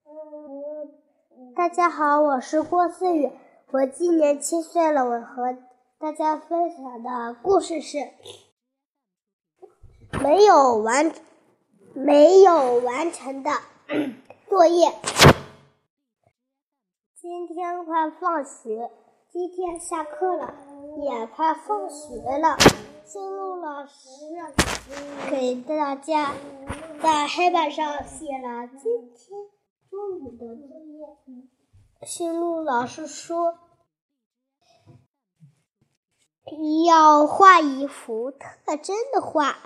大家好，我是郭思雨，我今年7岁了。我和大家分享的故事是没有完成的作业。今天快放学，今天下课了，也快放学了。新路老师给大家在黑板上写了今天中午的作业。新路老师说要画一幅特征的画。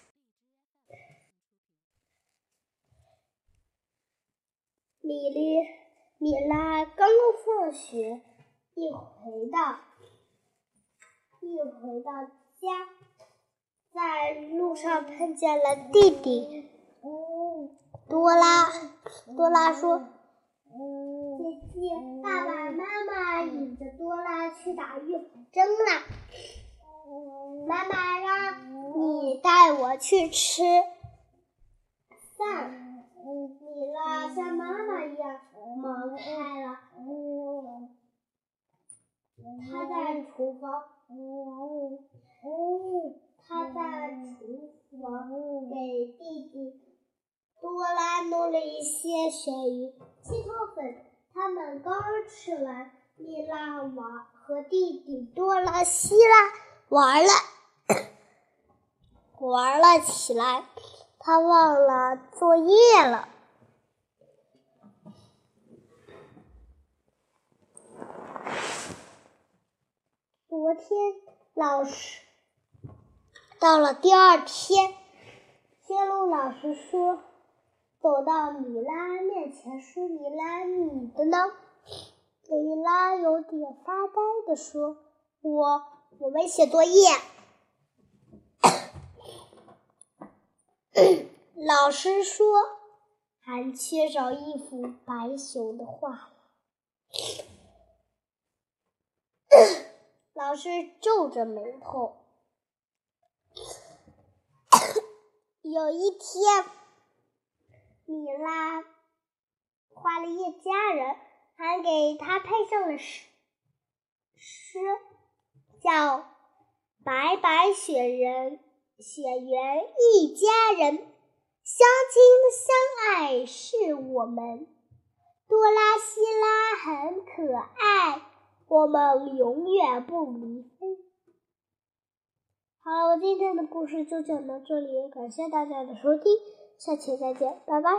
米拉刚刚放学，一回到家，在路上碰见了弟弟多拉。多拉说：“姐姐，爸爸妈妈领着多拉去打预防针了。妈妈让你带我去吃饭。”米拉像妈妈一样忙开了。他在厨房给弟弟多拉弄了一些鳕鱼、鸡汤粉。他们刚吃完，米拉和弟弟多拉希拉玩了起来。他忘了作业了。昨天到了第二天，谢路老师说，走到米拉面前说：“米拉，你的呢？”米拉有点发呆地说：“我没写作业。”老师说：“还缺少一幅白熊的画。”老师皱着眉头。有一天，米拉画了一家人，还给他配上了诗，叫“白白雪原一家人，相亲相爱是我们。多拉希拉很可爱，我们永远不离分。”好了，我今天的故事就讲到这里，感谢大家的收听，下期再见，拜拜。